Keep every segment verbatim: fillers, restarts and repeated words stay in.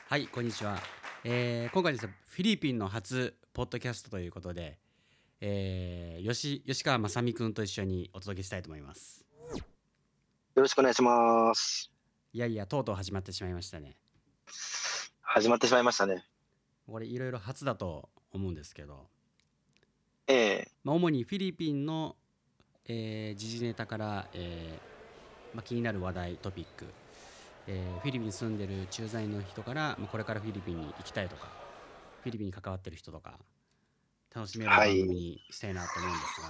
はい、こんにちは。えー今回ですね、フィリピンの初ポッドキャストということで、えー、吉吉川雅美くんと一緒にお届けしたいと思います。 よろしくお願いします。 いやいや、とうとう始まってしまいましたね。 始まってしまいましたね。 これいろいろ初だと思うんですけど、 ええ、 まあ、主にフィリピンの、えー時事ネタから、えーまあ、気になる話題、トピック、えーフィリピンに住んでる駐在の人から、まあ、これからフィリピンに行きたいとか、フィリピンに関わってる人とか、楽しめるはい。 番組にしたいなと思うんですが、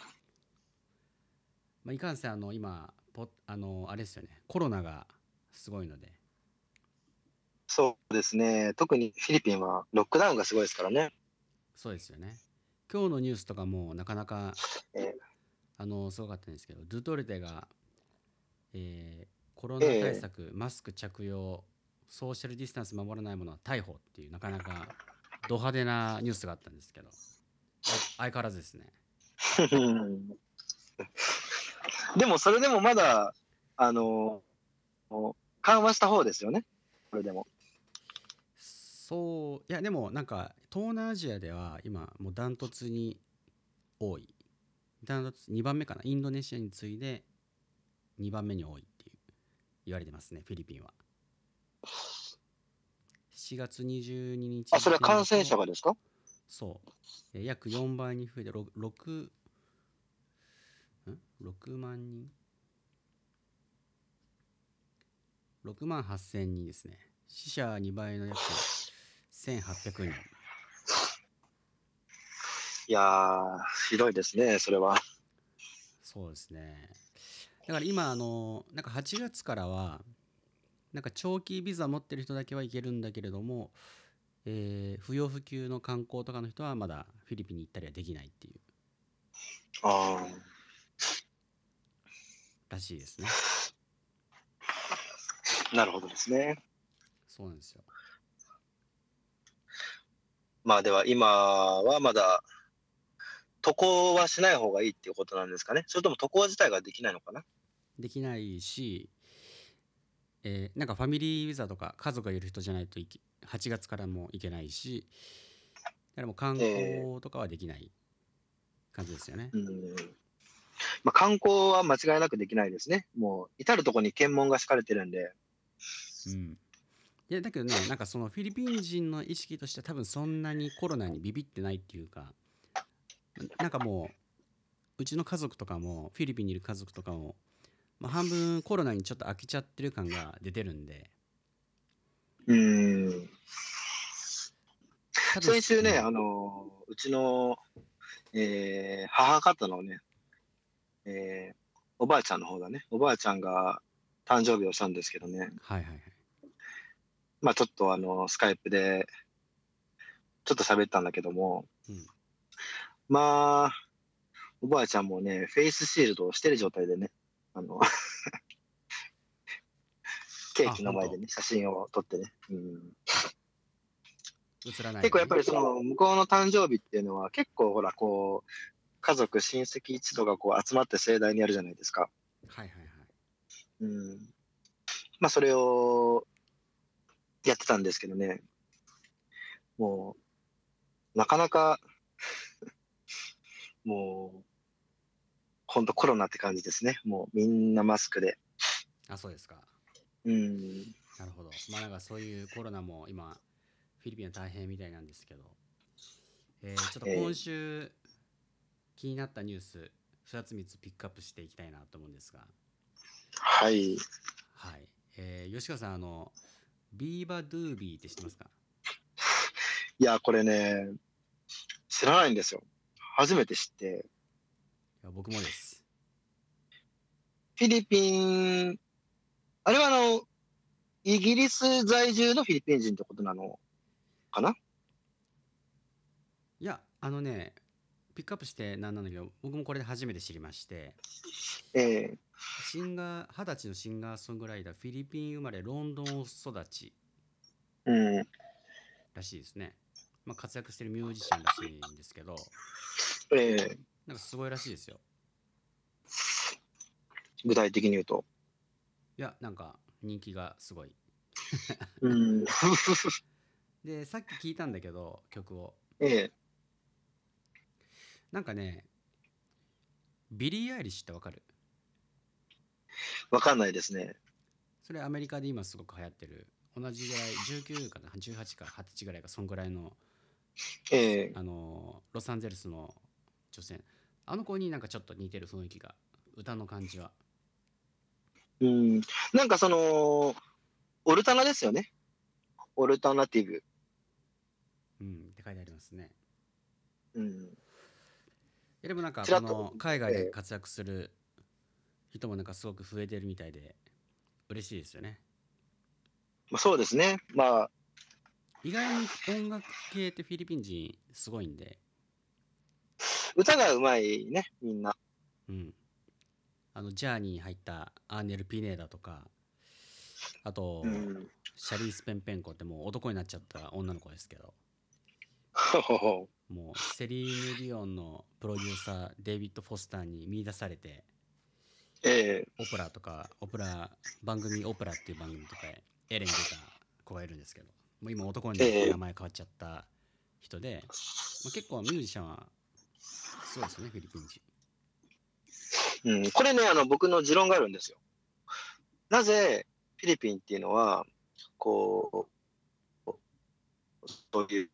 まあ、いかんせんあの今ポあのあれですよね、コロナがすごいので。 そうですね。特にフィリピンはロックダウンがすごいですからね。 そうですよね。今日のニュースとかもなかなかえあのすごかったんですけど、ドゥトルテが、えーコロえ、 ナ対ええ、 策マスク着用ソーシャルディスタンス守らない者は逮捕っていうなかなかド派手なニュースがあったんですけど、相相変わらずですね。 でもそれでもまだ、あの、緩和した方ですよね。これでも。 そういやでもなんか東南アジアでは今もうダントツに多い、ダントツにばんめかな、インドネシアに次いでにばんめに多いっていう言われてますね、フィリピンは。しちがつにじゅうににちあ、そ時れは感染点だと、 者がですか？ そうえー約よんばいに増えて 6, 6, んろくまん人、ろくまんはっせんにんですね。死者はにばいの約せんはっぴゃくにん。 いやー、ひどいですね、それは。 そうですね。だから今あのなんかはちがつからはなんか長期ビザ持ってる人だけは行けるんだけれども、えー不要不急の観光とかの人はまだフィリピンに行ったりはできないっていうあらしいですね。 あ、なるほどですね。 そうなんですよ。 まあでは今はまだ渡航はしない方がいいっていうことなんですかね。それとも渡航自体ができないのかな。 できないし、えーなんかファミリービザとか家族がいる人じゃないといけはちがつからも行けないし、だからもう観え光とかはできない感じですよね。 え、うん。まあ、観光は間違いなくできないですね。もう、至るところに検問が敷かれてるんで。 うん。いやだけどね、なんかそのフィリピン人の意識としては多分そんなにコロナにビビってないっていうか、なんかもううちの家族とかもフィリピンにいる家族とかも、まあ、半分コロナにちょっと飽きちゃってる感が出てるんで、 うーん。 多分す、 先週ね、 うん、 あの、うちの、えー母方のね、えーおばあちゃんの方だね。おばあちゃんが誕生日をしたんですけどね。 はいはいはい。 まあちょっとあの、スカイプでちょっと喋ったんだけども、 うん。 まあ、おばあちゃんもね、フェイスシールドをしてる状態でね、あの、ケーあ、本当。 キの前でね、写真を撮ってね。うん、 映らないように。 結構やっぱりその向こうの誕生日っていうのは結構ほらこう家族親戚一同がこう集まって盛大にやるじゃないですか。 はいはいはい。 うん、まあそれをやってたんですけどね、もうなかなかもう本当コロナって感じですね。もうみんなマスクで。 あ、そうですか。 うん、 なるほど。まあなんかそういうコロナも今フィリピンは大変みたいなんですけど、えーちょっと今えー週気になったニュースふたつみっつピックアップしていきたいなと思うんですが、 はい。いはい。えー吉川さん、あの、ビーバドゥービーって知ってますか？ やこれね知らないんですよ。初めて知って。 いや僕もです。 フィリピン、あれはあのイギリス在住のフィリピン人ってことなのかな。 いや、あのね、ピックアップしてなんなんだけど、僕もこれで初めて知りまして、 ええ、 シンガー、二十歳のシンガーソングライター、フィリピン生まれ、ロンドン育ちうん、 らしいですね。まあ、活躍してるミュージシャンらしいんですけど、 ええ、 なんかすごいらしいですよ。 具体的に言うと。 いや、なんか人気がすごい。 うん。 でさっき聞いたんだけど曲を、 ええ、 なんかねビリー・アイリッシュってわかる？ わかんないですね。 それアメリカで今すごく流行ってる、同じぐらいじゅうきゅうかなじゅうはちかはたちぐらいか、そんぐらいのええ、 あのロサンゼルスの女性、あの子になんかちょっと似てる雰囲気が、歌の感じは。 うん。なんかその、オルタナですよね。オルタナティブ。 うんって書いてありますね。 うん。 でもなんかちらっと、 この海外ええ、 で活躍する人もなんかすごく増えてるみたいで嬉しいですよね。 まあ、そうですね。まあ、 意外に音楽系ってフィリピン人すごいんで、 歌がうまいね、みんな。 うん、あのジャーニーに入ったアーネル・ピネーダとか、あとうん。 シャリース・ペンペンコってもう男になっちゃった女の子ですけど、 ほほほ。 もうセリーヌ・ディオンのプロデューサーデイビッド・フォスターに見出されて、 ええ、 オプラとかオプラ番組、オプラっていう番組とかエレンに出た子がいるんですけど、もう今男になってええ、 名前変わっちゃった人で、まあ、結構ミュージシャンはすごいですよねフィリピン人。 うん。これね、あの、僕の持論があるんですよ。なぜ、フィリピンっていうのは、こう、そういう、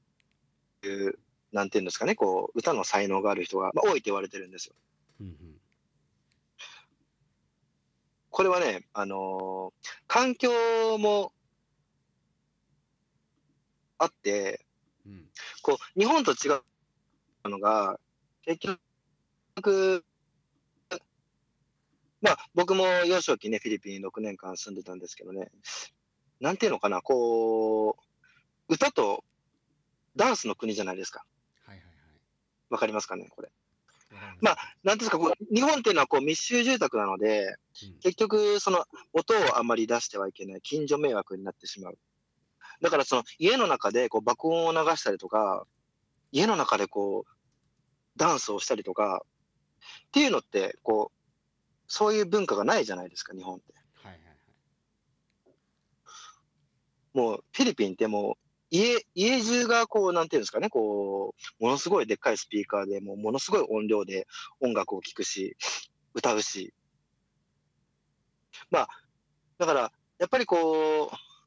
なんていうんですかね、こう、歌の才能がある人が、まあ、多いと言われてるんですよ。 うんうんこれはね、あのー環境もあって、 うんこう、日本と違うのが、結局、まあ、僕も幼少期ね、フィリピンろくねんかん住んでたんですけどね、なんていうのかな、こう、歌とダンスの国じゃないですか。 はいはいわかりますかね、これ。 はい、わかりますまあ、 わかります。 なんていうんですか、こう日本っていうのはこう密集住宅なので、 うん結局、その音をあまり出してはいけない、近所迷惑になってしまう。だから、その家の中でこう爆音を流したりとか、家の中でこうダンスをしたりとかっていうのって、こう、そういう文化がないじゃないですか、日本って。 はいはいはい。 もう、フィリピンってもう、家、家中がこう、なんていうんですかね、こう、ものすごいでっかいスピーカーで、もう、ものすごい音量で音楽を聴くし、歌うし。まあ、だから、やっぱりこう、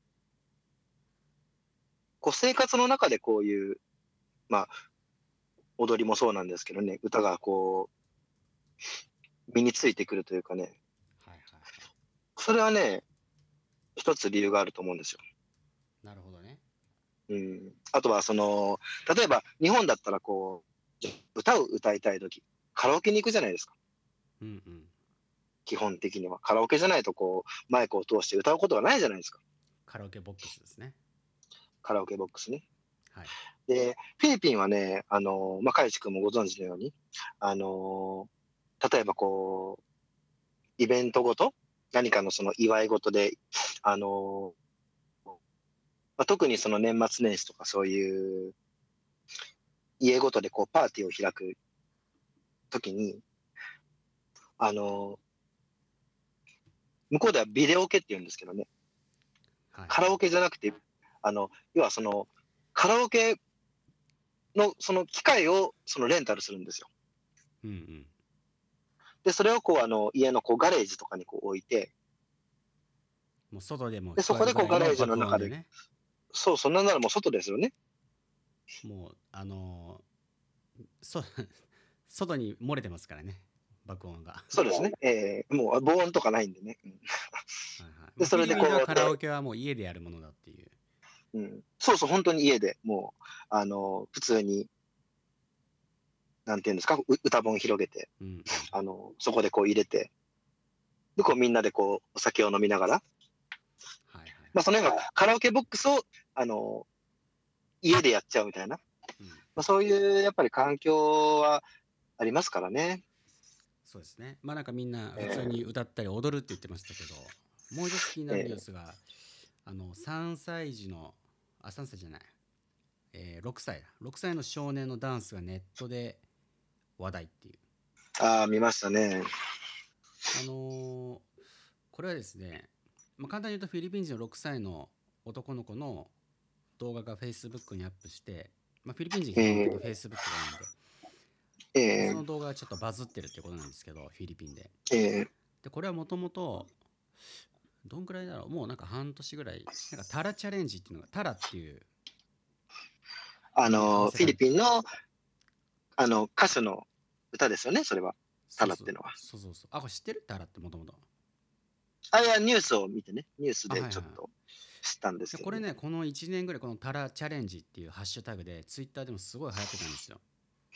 こう生活の中でこういう、まあ、踊りもそうなんですけどね、歌がこう、身についてくるというかね、 はいはいはい。 それはね、一つ理由があると思うんですよ。 なるほどね。 うん。あとは、その、例えば、日本だったらこう、歌を歌いたいとき、カラオケに行くじゃないですか。 うんうん。 基本的には。カラオケじゃないと、こう、マイクを通して歌うことがないじゃないですか。 カラオケボックスですね。 カラオケボックスね。 はい。 で、フィリピンはね、あの、まあ、カイチ君もご存知のように、あの、例えばこう、イベントごと、何かのその祝い事で、あの、まあ、特にその年末年始とかそういう家ごとでこうパーティーを開くときに、あの、向こうではビデオケって言うんですけどね、 はいはい。 カラオケじゃなくて、あの、要はその、カラオケのその機械をそのレンタルするんですよ。 うんうん。 で、それをこう、あの、家のこうガレージとかにこう置いて、 もう外でもで、 聞こえそこるぐらいのでこうガレージの中で、 爆音でね。 そう、そんなんならもう外ですよね。 もうあのーそ外に漏れてますからね、爆音が。はそうですね。えー、もう防音とかないんでね。うん、 いはい。 で、 まあフィリそれでこう、 ピンではカラオで、 ケはもう家でやるものだっていう。 うん、そうそう、本当に家でもう、あの、普通に、なんていうんですか、う歌本広げて、 うんうん。 あの、そこでこう入れて、で、こうみんなでこう、お酒を飲みながら、 はいはいはい。 まあ、そのようなカラオケボックスを、あの、家でやっちゃうみたいな、 うん、 まあ、そういうやっぱり環境はありますからね。 そうですね。まあなんかみんな普通にえ歌ったり踊るって言ってましたけど、もう一つ気にー、 なるニューえスが、あのさんさい児の、あ、さんさいじゃない、えー、ろくさいだ。ろくさいの少年のダンスがネットで話題っていう。 ー、ああ、見ましたね。 あのーこれはですね、まあ、簡単に言うとフィリピン人のろくさいの男の子の動画が Facebook にアップして、まあ、フィリピン人基本的に Facebook が多いんで、でえー、 その動画がちょっとバズってるってことなんですけど、フィリピンで。 えー、 でこれはもともとどんくらいだろう、もうなんか半年ぐらい、なんかタラチャレンジっていうのが、タラっていうあに合わの、フィせた、 リピンの、あの、歌手の歌ですよね、それは。タそうそうラってのは。 そうそうそう、あ、これ知ってる？タラってもともと。 あ、いや、ニュースを見てね、ニュースあ、はいはいはい。 でちょっと知ったんですけどね。 でこれね、このいちねんぐらい、このタラチャレンジっていうハッシュタグで、ツイッターでもすごい流行ってたんですよ。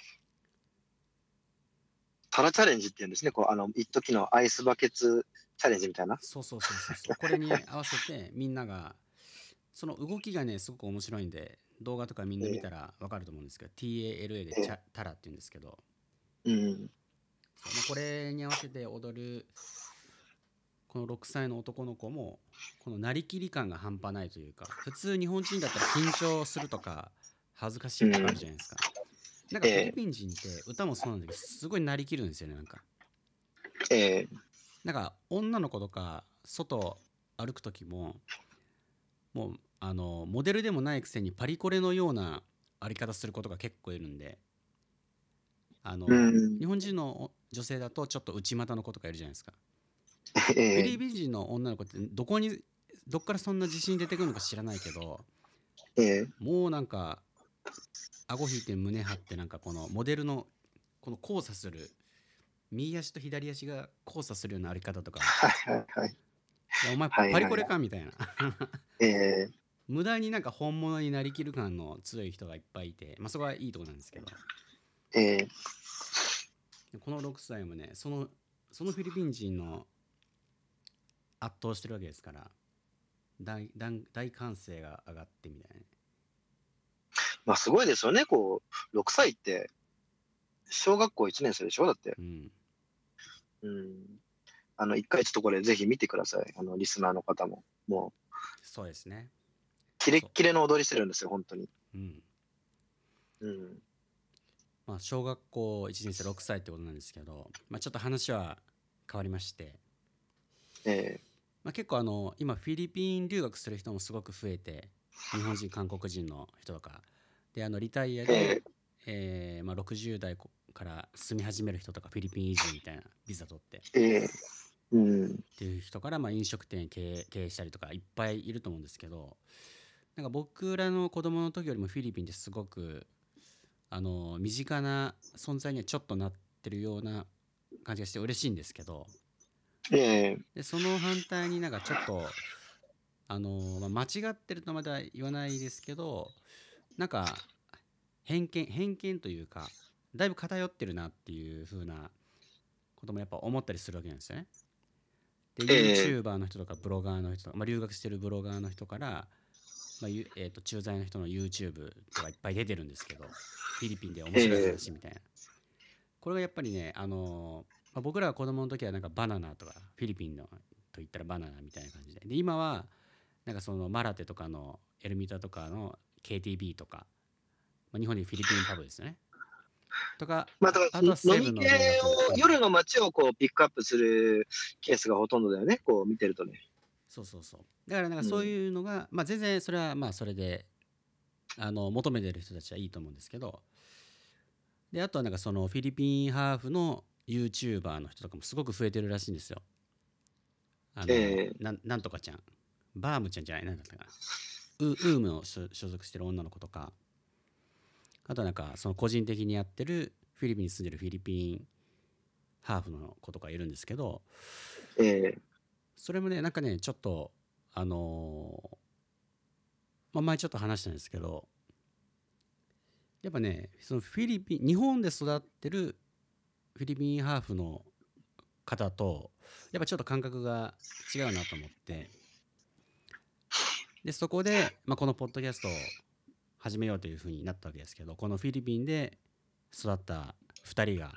タラチャレンジって言うんですね。こう、あの、一時のアイスバケツチャレンジみたいな。 そうそうそうそうそう。これに合わせてみんなが、その動きがね、すごく面白いんで、動画とかみんな見たえら分かると思うんですけど、ティーエーエルエー でー、えチャタラって言うんですけど、 ー、うん。 そう、まあ、これに合わせて踊るこのろくさいの男の子も、このなりきり感が半端ないというか、普通日本人だったら緊張するとか恥ずかしうん。 いとかあるじゃないですか。なんかフィリえピン人って歌もそうなんだけど、すごいなりきるんですよね。なんかー、えー、 なんか女の子とか外歩く時も、もうあのモデルでもないくせにパリコレのような歩き方することが結構いるんで、あうのん。 日本人の女性だとちょっと内股の子とかいるじゃないですか。フィえリピン人の女の子ってどこにどっからそんな自信出てくるのか知らないけど、 ー、えー、 もうなんか顎引いて胸張って、なんかこのモデルのこの交差する右足と左足が交差するような歩き方とか、 はいはいはい。 いやお前はいはいはパリコレかみたいない。えー、 無駄になんか本物になりきる感の強い人がいっぱいいて、まあ、そこはいいとこなんですけど、 えー、 このろくさいもね、そのそのフィリピン人の圧倒してるわけですから、大大大歓声が上がってみたいなね。 まあすごいですよね。こう、ろくさいって、小学校いちねん生でしょだって。 うん、 うん。あの、一回ちょっとこれぜひ見てください。あの、リスナーの方も。もう、 そうですね。 キレッそキレの踊りしてるんですよ、本当に。 う、うん。 うん。 まあ、小学校いちねん生ろくさいってことなんですけど、まあ、ちょっと話は変わりまして、 えまあ、結構あの今フィリピン留学する人もすごく増えて、日本人韓国人の人とかで、あのリタイアー、 で、 ええーまあ、ろくじゅう代から住み始める人とか、フィリピン移住みたいなビザ取ってっー、えー、うん。 ていう人から、まあ飲食店経営、経営したりとかいっぱいいると思うんですけど、なんか僕らの子供の時よりもフィリピンってすごくあの身近な存在にはちょっとなってるような感じがして嬉しいんですけど、 えー、 でその反対になんかちょっとあの、まあ、間違ってるとまだ言わないですけど、なんか偏見偏見というか、だいぶ偏ってるなっていう風なこともやっぱ思ったりするわけなんですよね。でえ YouTuber の人とかブロガーの人とか、まあ、留学してるブロガーの人から、まあゆえー、と駐在の人の YouTube とかいっぱい出てるんですけど、フィリピンで面ー、 白いえ話みたいな、これがやっぱりね、あのーまあ、僕らが子供の時はなんかバナナとか、フィリピンのと言ったらバナナみたいな感じで、で今はなんかそのマラテとかのエルミタとかの ケーティービー とか、まあ、日本でいうフィリピンパブですねとか、 まあ、 あだからあとはセ飲み系ブンの動画と、うを、 ん、 夜の街をこうピックアップするケースがほとんどだよね。こう見てるとね。 そうそうそう、だからなんかそううん。 いうのが、まあ、全然それはまあそれであの求めてる人たちはいいと思うんですけど、であとはなんかそのフィリピンハーフの YouTuber の人とかもすごく増えてるらしいんですよ。あのえなんなんとかちゃん、バームちゃんじゃない、なんだったかな、ウウームの所所属してる女の子とか、あとはなんかその個人的にやってるフィリピンに住んでるフィリピンハーフの子とかいるんですけど、 ー、えそれもねなんかねちょっとあのーまあ、前ちょっと話したんですけど、やっぱねそのフィリピン日本で育ってるフィリピンハーフの方とやっぱちょっと感覚が違うなと思って、でそこで、まあ、このポッドキャストを始めようというふうになったわけですけど、このフィリピンで育ったふたりが、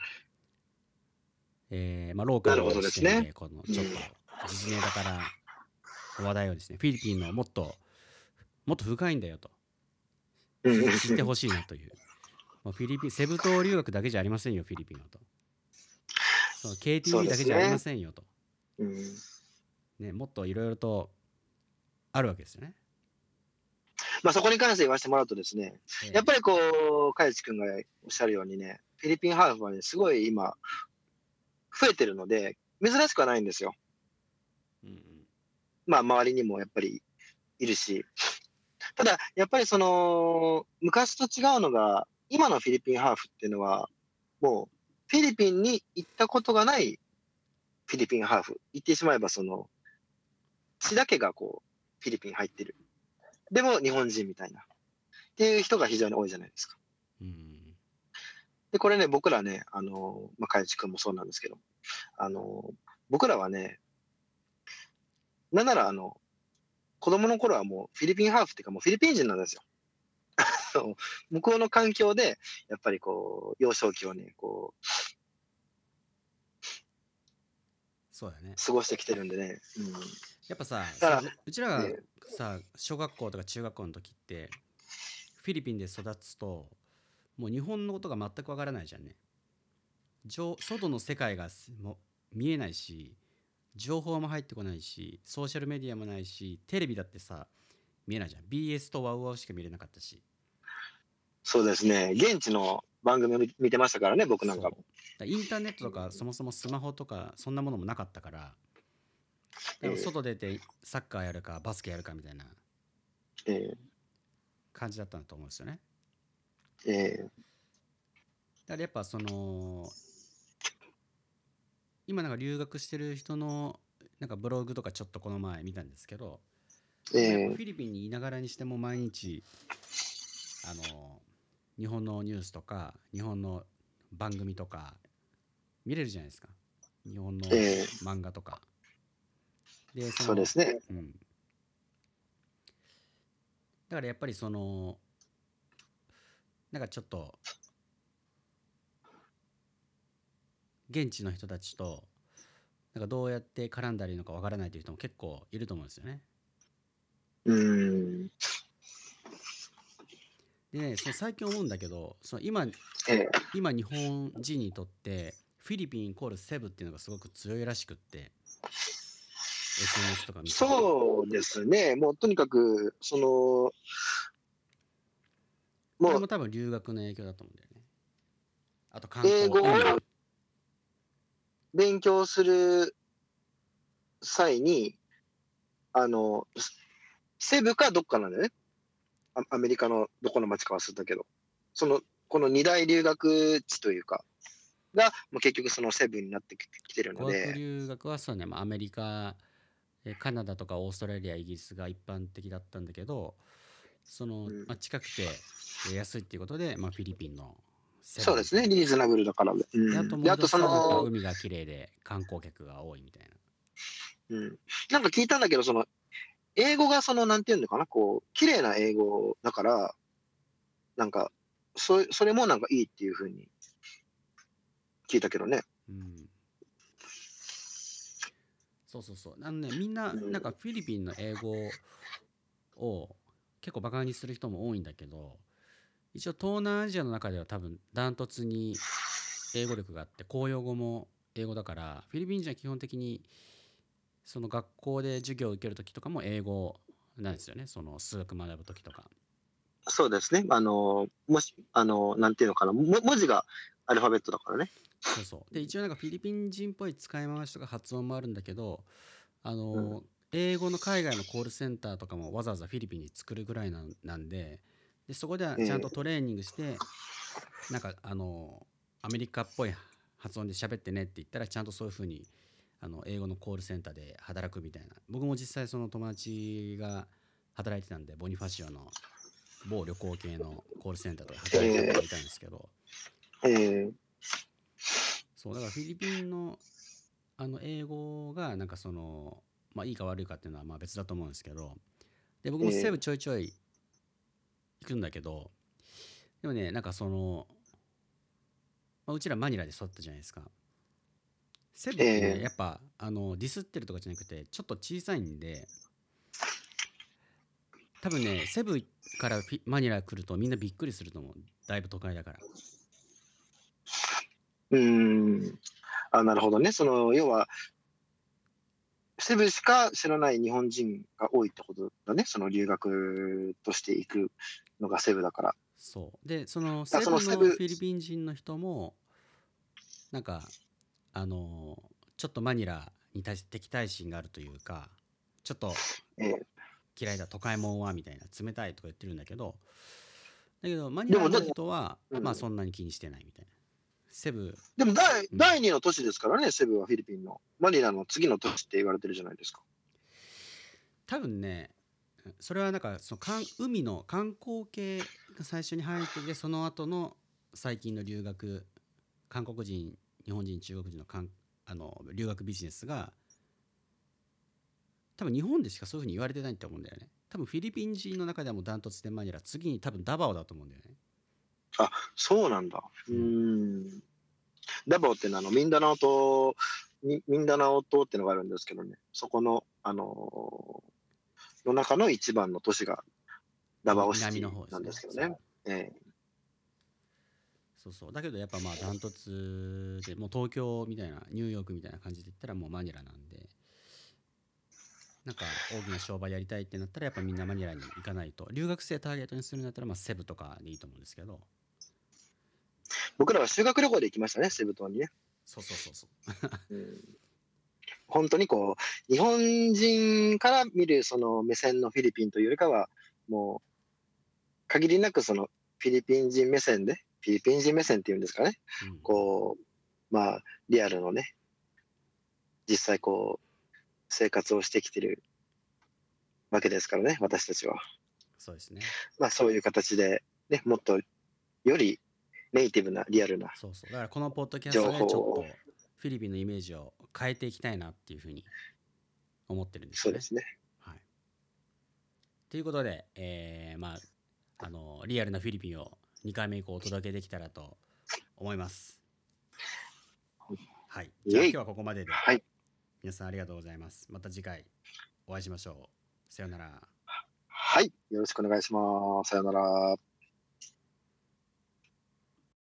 えーまあ、ローー、なるほカルな視どですね。 点でこのうん。 ちょっと時事ネタから話題をですね、フィリピンのもっともっと深いんだよとうんうん知ってほしいなという、まあ、フィリピンセブ島留学だけじゃありませんよフィリピンはと、そのそうケーティービーでだけじゃありますね。 せんよと、 うん。 ね、もっといろいろとあるわけですよね。 まあそこに関して言わせてもらうとですね、 ええやっぱりこう、かいちくんがおっしゃるようにね、フィリピンハーフはね、すごい今、増えてるので、珍しくはないんですよ。 うんうんまあ周りにもやっぱりいるし。ただ、やっぱりその、昔と違うのが、今のフィリピンハーフっていうのは、もう、フィリピンに行ったことがないフィリピンハーフ。言ってしまえばその、血だけがこう、フィリピン入ってる。でも日本人みたいな。っていう人が非常に多いじゃないですか。 うんで、これね、僕らね、あの、まあ、かいちくんもそうなんですけど、あの、僕らはね、なんならあの、子供の頃はもうフィリピンハーフっていうかもうフィリピン人なんですよ。そう向こうの環境で、やっぱりこう、幼少期をね、こう、 そうだね。 過ごしてきてるんでね。うん。だやっぱさ、そから、 のううちらがね、 さ、小学校とか中学校の時ってフィリピンで育つともう日本のことが全くわからないじゃんね。上外の世界がすもう見えないし、情報も入ってこないし、ソーシャルメディアもないし、テレビだってさ見えないじゃん。 ビーエス とワウワウしか見れなかったし。 そうですね、現地の番組を見見てましたからね、僕なんかも。 そうだ、インターネットとかそもそもスマホとかそんなものもなかったから、だからえ外出てサッカーやるかバスケやるかみたいなーえ感じだったんだと思うんですよね。 ーえだからやっぱその今なんか留学してる人のなんかブログとかちょっとこの前見たんですけど、 ーでもやっぱえーフィリピンにいながらにしても毎日あの日本のニュースとか日本の番組とか見れるじゃないですか。日本のえー漫画とかで、そのそうですね。 うんだからやっぱりそのなんかちょっと現地の人たちとなんかどうやって絡んだらいいのかわからないという人も結構いると思うんですよね。 うーん。 でね、その最近思うんだけど、その今えー今日本人にとってフィリピンイコールセブっていうのがすごく強いらしくって、 エスエヌエス とか見てると。 そうですね。もうとにかく、その、もうこれも多分留学の影響だと思うんだよね。あと観英語を光海。 勉強する際に、あの、セブかどっかなんだよね。アアメリカのどこの町か忘れたけど。その、この二大留学地というか、が、もう結局そのセブンになってききてるの語学で、 留学はそうね、まあ、アメリカ、えカナダとかオーストラリアイギリスが一般的だったんだけど、その、 うん、 まあ、近くてえ安いっていうことで、まあ、フィリピンのセそうですね、 ブみたいな。 リーズナブルだからで。 であうん、で、あとともう一つそはなんかの、 海が綺麗で観光客が多いみたいな。 うん、なんか聞いたんだけど、その、英語がその、なんていうのかな、こう、綺麗な英語だから、なんか、そそれもなんかいいっていうふうに聞いたけどね。 うんそうそうそう。あのね、みんな、 うん、 なんかフィリピンの英語を結構バカにする人も多いんだけど、一応東南アジアの中では多分ダントツに英語力があって、公用語も英語だから、フィリピン人は基本的にその学校で授業を受けるときとかも英語なんですよね。その数学学ぶときとか。 そうですね。あの、もし、あの、なんていうのかな、も文字がアルファベットだからね。 そうそう。で、一応なんかフィリピン人っぽい使い回しとか発音もあるんだけど、あうん、 の、英語の海外のコールセンターとかもわざわざフィリピンに作るぐらいなんなんで、で、そこではちゃんとえトレーニングして、なんかあのアメリカっぽい発音で喋ってねって言ったらちゃんとそういう風にあの英語のコールセンターで働くみたいな。僕も実際その友達が働いてたんで、ボニファシオの某旅行系のコールセンターとかー、 働いてた子えがいたんですけど、 ー、えー、 そうだからフィリピンのあの英語がなんかそのまあいいか悪いかっていうのはまあ別だと思うんですけど、で僕もセブえー、 ちょいちょい行くんだけど、でもねなんかその、まあ、うちらマニラで育ったじゃないですか。セブってね、 えやっぱあのディスってるとかじゃなくてちょっと小さいんで、多分ねセブからフィマニラ来るとみんなびっくりすると思う。だいぶ都会だから。 ー、うーん、あ、なるほどね。その、要は、 セブしか知らない日本人が多いってことだね。その留学として行くのがセブだから。 そうでそのだセブそのセブ、 のフィリピン人の人もなんかあのちょっとマニラに対して敵対心があるというか、ちょっとえー嫌いだ都会もんはみたいな冷たいとか言ってるんだけど、だけどマニでもだ、 ラの人はうんまあそんなに気にしてないみたいな。セブ、 でも第、 うん、 第二の都市ですからね、セブはフィリピンの。マニラの次の都市って言われてるじゃないですか。 多分ね、それはなんかそのかん海の観光系が最初に入ってきて、その後の最近の留学、韓国人、日本人、中国人のかんあの留学ビジネスが多分日本でしかそういうふうに言われてないと思うんだよね。多分フィリピン人の中ではもうダントツでマニラ、次に多分ダバオだと思うんだよね。 あ、そうなんだ。ううん、 ーん。ダバオっていうのは、あの、ミンダナオ島に、ミンダナオ島っていうのがあるんですけどね、そこの、あのーの中の一番の都市がダバみオシティ南の方でなんですね。そうすけどね。ええ、 そうそう。だけどやっぱまあダントツでもう東京みたいなニューヨークみたいな感じで言ったらもうマニラなんで、なんか大きな商売やりたいってなったらやっぱみんなマニラに行かないと。留学生ターゲットにするんだったらまあセブとかでいいと思うんですけど。 僕らは修学旅行で行きましたね、セブ島にね。 そうそうそうそう。 うん、本当にこう、日本人から見るその目線のフィリピンというよりかは、もう限りなくそのフィリピン人目線で、フィリピン人目線っていうんですかね、 うん、 こう、まあ、リアルのね、実際こう、生活をしてきてるわけですからね、私たちは。 そうですね。 まあ、そういう形で、ね、もっとよりネイティブな、リアルなそうそう。だからこのポッドキャス情トでちょっ報を、 とフィリピンのイメージを変えていきたいなっていうふうに思ってるんですよね。 そうですね。 はい。ということで、えー、まああのリアルなフィリピンをにかいめ以降お届けできたらと思います。はい。じゃあ今日イエイ。 はここまでで、 はい。 皆さんありがとうございます。また次回お会いしましょう。さようなら。 はい。よろしくお願いします。さよなら。